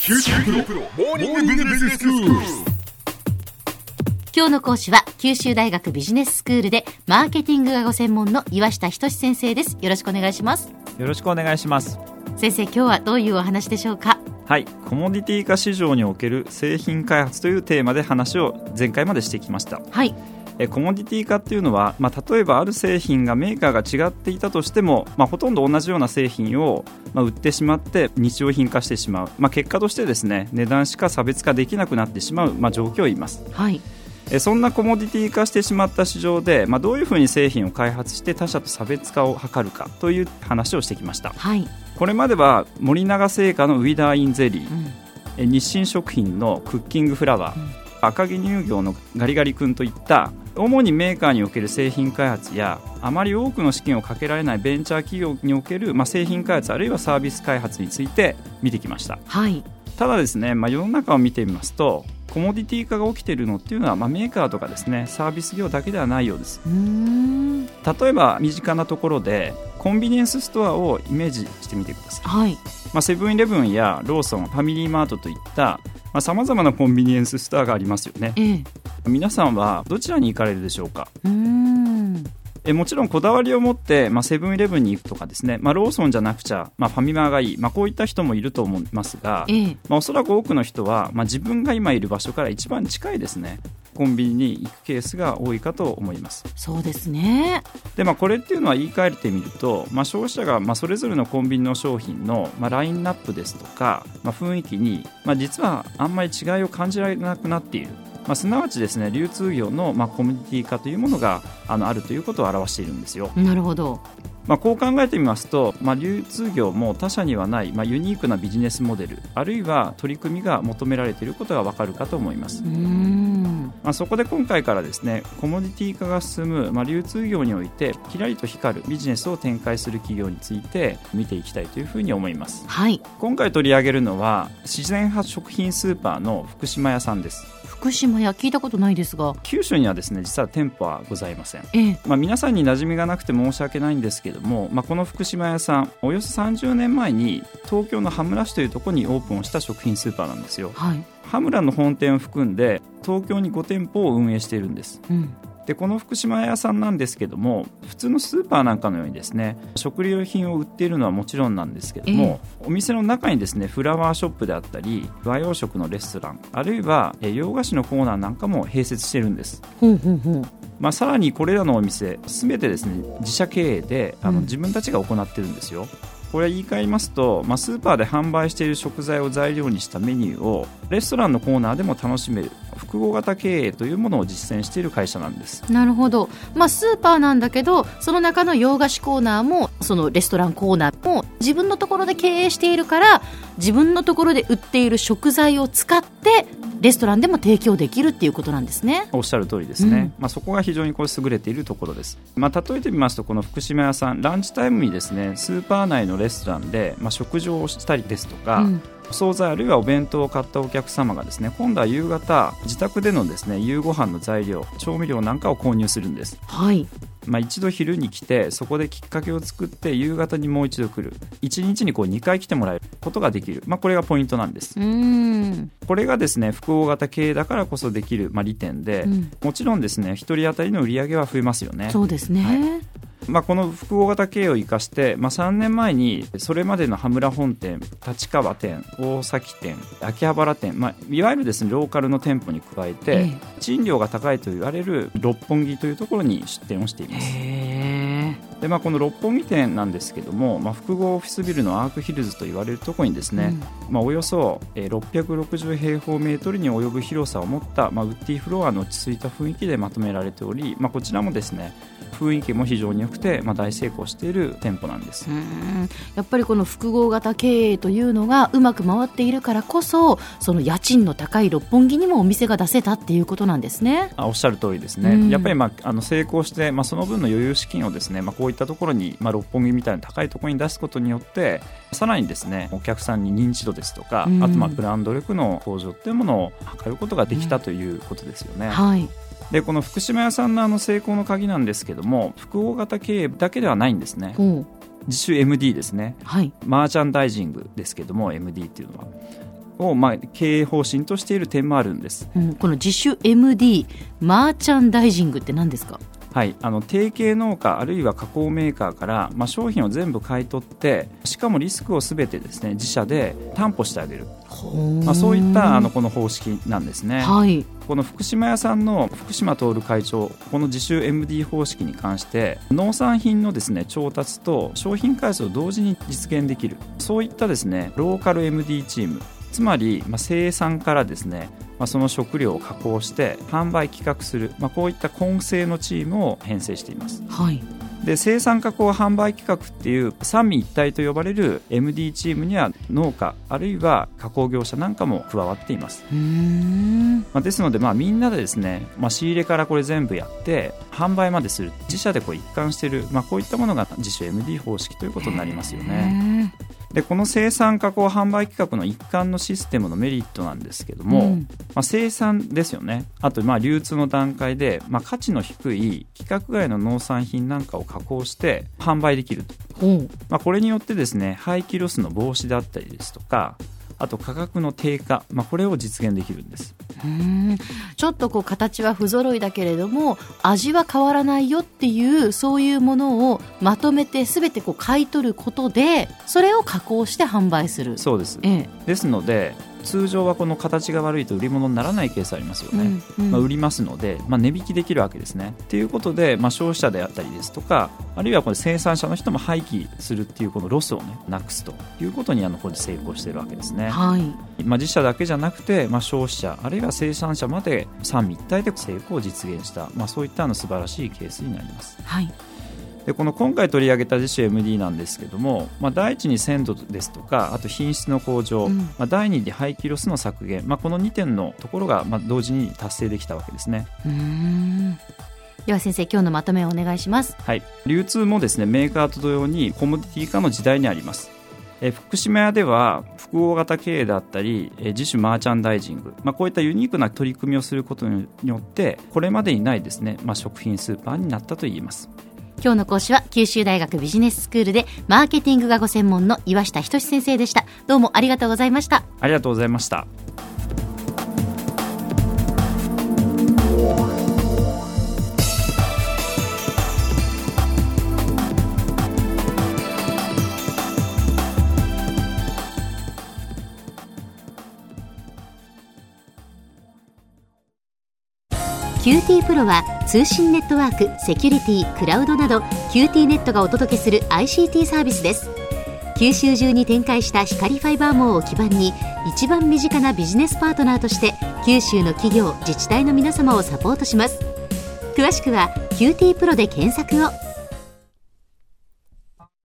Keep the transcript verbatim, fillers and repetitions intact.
九州大学モーニングビジネススクール。 今日の講師は九州大学ビジネススクールでマーケティングがご専門の岩下仁先生です。よろしくお願いします。 よろしくお願いします。 先生、今日はどういうお話でしょうか？ はい、コモディティ化市場における製品開発というテーマで話を前回までしてきました。 はい。 えコモディティ化っていうのは、まあ、例えばある製品がメーカーが違っていたとしても、まあ、ほとんど同じような製品を、まあ、売ってしまって日用品化してしまう、まあ、結果としてですね、値段しか差別化できなくなってしまう、まあ、状況を言います。 はい。 えそんなコモディティ化してしまった市場で、まあ、どういうふうに製品を開発して他社と差別化を図るかという話をしてきました。 はい。 これまでは森永製菓のウィダーインゼリー、 うん、 え日清食品のクッキングフラワー、うん、赤城乳業のガリガリ君といった主にメーカーにおける製品開発やあまり多くの資金をかけられないベンチャー企業における、まあ、製品開発あるいはサービス開発について見てきました。 はい。ただですね、まあ、世の中を見てみますとコモディティ化が起きているのっていうのは、まあ、メーカーとかですね、サービス業だけではないようです。 うーん。例えば身近なところでコンビニエンスストアをイメージしてみてください。 はい。 まあ、セブンイレブンやローソン、ファミリーマートといったさまざ、まなコンビニエンスストアがありますよね。 ええ、 皆さんはどちらに行かれるでしょうか？ うーんえもちろんこだわりを持って、まあ、セブンイレブンに行くとかですね、まあ、ローソンじゃなくちゃ、まあ、ファミマがいい、まあ、こういった人もいると思いますが、 ええ、 まあ、おそらく多くの人は、まあ、自分が今いる場所から一番近いですねコンビニに行くケースが多いかと思います。 そうですね。 で、まあ、これっていうのは言い換えてみると、まあ、消費者がまあそれぞれのコンビニの商品のまあラインナップですとか、まあ、雰囲気に、まあ、実はあんまり違いを感じられなくなっている、まあ、すなわちですね、流通業のまあコミュニティ化というものが あのあるということを表しているんですよ。 なるほど。 まあ、こう考えてみますと、まあ、流通業も他社にはない、まあ、ユニークなビジネスモデルあるいは取り組みが求められていることがわかるかと思います。 うーん、 まあ、そこで今回からですね、コモディティ化が進む、まあ、流通業においてキラリと光るビジネスを展開する企業について見ていきたいというふうに思います。 はい。 今回取り上げるのは自然派食品スーパーの福島屋さんです。 福島屋、聞いたことないですが、 九州にはですね、実は店舗はございません。 ええ、 まあ、皆さんに馴染みがなくて申し訳ないんですけども、まあ、この福島屋さんおよそさんじゅうねんまえに東京の羽村市というところにオープンをした食品スーパーなんですよ。 はい。 羽村の本店を含んで東京にご店舗を運営しているんです。 うん、 でこの福島屋さんなんですけども、普通のスーパーなんかのようにですね、食料品を売っているのはもちろんなんですけども、えー、お店の中にですね、フラワーショップであったり和洋食のレストランあるいは洋菓子のコーナーなんかも併設しているんです。 ほうほうほう。 まあ、さらにこれらのお店すべてですね、自社経営であの、 うん、 自分たちが行っているんですよ。これは言い換えますと、まあ、スーパーで販売している食材を材料にしたメニューをレストランのコーナーでも楽しめる複合型経営というものを実践している会社なんです。 なるほど。まあ、スーパーなんだけどその中の洋菓子コーナーもそのレストランコーナーも自分のところで経営しているから、自分のところで売っている食材を使ってレストランでも提供できるっていうことなんですね。 おっしゃる通りですね、うんまあ、そこが非常にこれ優れているところです。まあ、例えてみますと、この福島屋さんランチタイムにですね、スーパー内のレストランで、まあ、食事をしたりですとか、うんお惣菜あるいはお弁当を買ったお客様がですね、今度は夕方自宅でのですね、夕ご飯の材料調味料なんかを購入するんです。 はい。 まあ、一度昼に来てそこできっかけを作って夕方にもう一度来る、いちにちにこうにかい来てもらえることができる、まあ、これがポイントなんです。 うーんこれがですね、複合型経営だからこそできる、まあ、利点で、うん、もちろんですね、一人当たりの売り上げは増えますよね。 そうですね、はいまあ、この複合型経営を生かして、まあ、さんねんまえにそれまでの羽村本店、立川店、大崎店、秋葉原店、まあ、いわゆるですね、ローカルの店舗に加えて、ええ、賃料が高いと言われる六本木というところに出店をしています。 へで、まあ、この六本木店なんですけども、まあ、複合オフィスビルのアークヒルズと言われるところにですね、うんまあ、およそろっぴゃくろくじゅう平方メートルに及ぶ広さを持った、まあ、ウッディフロアの落ち着いた雰囲気でまとめられており、まあ、こちらもですね、雰囲気も非常に良くて、まあ、大成功している店舗なんです。 うーんやっぱりこの複合型経営というのがうまく回っているからこそ、その家賃の高い六本木にもお店が出せたっていうことなんですね。 あおっしゃる通りですね。やっぱり、まあ、あの成功して、まあ、その分の余裕資金をですね、まあ、こういったところに、まあ、六本木みたいな高いところに出すことによってさらにですね、お客さんに認知度ですとか、あとまあブランド力の向上というものを図ることができたということですよね。 はいでこの福島屋さんのあの成功の鍵なんですけども、複合型経営だけではないんですね。自主 エムディー ですね、 はい、 マーチャンダイジングですけども エムディー っていうのはをまあ経営方針としている点もあるんです、 うん、この自主 エムディー マーチャンダイジングって何ですか？ はい、あの提携農家あるいは加工メーカーから、まあ、商品を全部買い取って、しかもリスクをすべてですね自社で担保してあげる、まあ、そういったあのこの方式なんですね、 はい、 この福島屋さんの福島徹会長、この自主 エムディー 方式に関して農産品のですね調達と商品開発を同時に実現できる、そういったですねローカル エムディー チーム、つまり、まあ、生産からですね、まあ、その食料を加工して販売企画する、まあ、こういった混成のチームを編成しています、 はい、 で生産加工販売企画っていう三位一体と呼ばれる エムディー チームには農家あるいは加工業者なんかも加わっています。 うーん、 まあ、ですので、まあ、みんなでですね、まあ、仕入れからこれ全部やって販売までする、自社でこう一貫している、まあ、こういったものが自主 エムディー 方式ということになりますよね。でこの生産加工販売企画の一環のシステムのメリットなんですけども、うんまあ、生産ですよね、あとまあ流通の段階で、まあ、価値の低い規格外の農産品なんかを加工して販売できると、うんまあ、これによってですね廃棄ロスの防止であったりですとか、あと価格の低下、まあ、これを実現できるんです。 うーん、ちょっとこう形は不揃いだけれども味は変わらないよっていうそういうものをまとめて全てこう買い取ることでそれを加工して販売する。 そうです、 ええ、 ですので通常はこの形が悪いと売り物にならないケースありますよね、うんうんまあ、売りますので、まあ、値引きできるわけですね。ということで、まあ、消費者であったりですとかあるいはこれ生産者の人も廃棄するっていうこのロスを、ね、なくすということにあのこれ成功しているわけですね、 はいまあ、自社だけじゃなくて、まあ、消費者あるいは生産者まで三位一体で成功を実現した、まあ、そういったあの素晴らしいケースになります。 はいでこの今回取り上げた自主 エムディー なんですけども、まあ、第一に鮮度ですとかあと品質の向上、うんまあ、第二に廃棄ロスの削減、まあ、このにてんのところがまあ同時に達成できたわけですね。 うーん、では先生今日のまとめをお願いします。 はい、流通もですねメーカーと同様にコモディティ化の時代にあります。え福島屋では複合型経営だったりえ自主マーチャンダイジング、まあ、こういったユニークな取り組みをすることによってこれまでにないですね、まあ、食品スーパーになったといえます。 今日の講師は九州大学ビジネススクールでマーケティングがご専門の岩下仁先生でした。どうもありがとうございました。 ありがとうございました。 キューティー プロは通信ネットワーク、セキュリティ、クラウドなど キューティー ネットがお届けする アイシーティー サービスです。九州中に展開した光ファイバー網を基盤に一番身近なビジネスパートナーとして九州の企業、自治体の皆様をサポートします。詳しくは キューティー プロで検索を。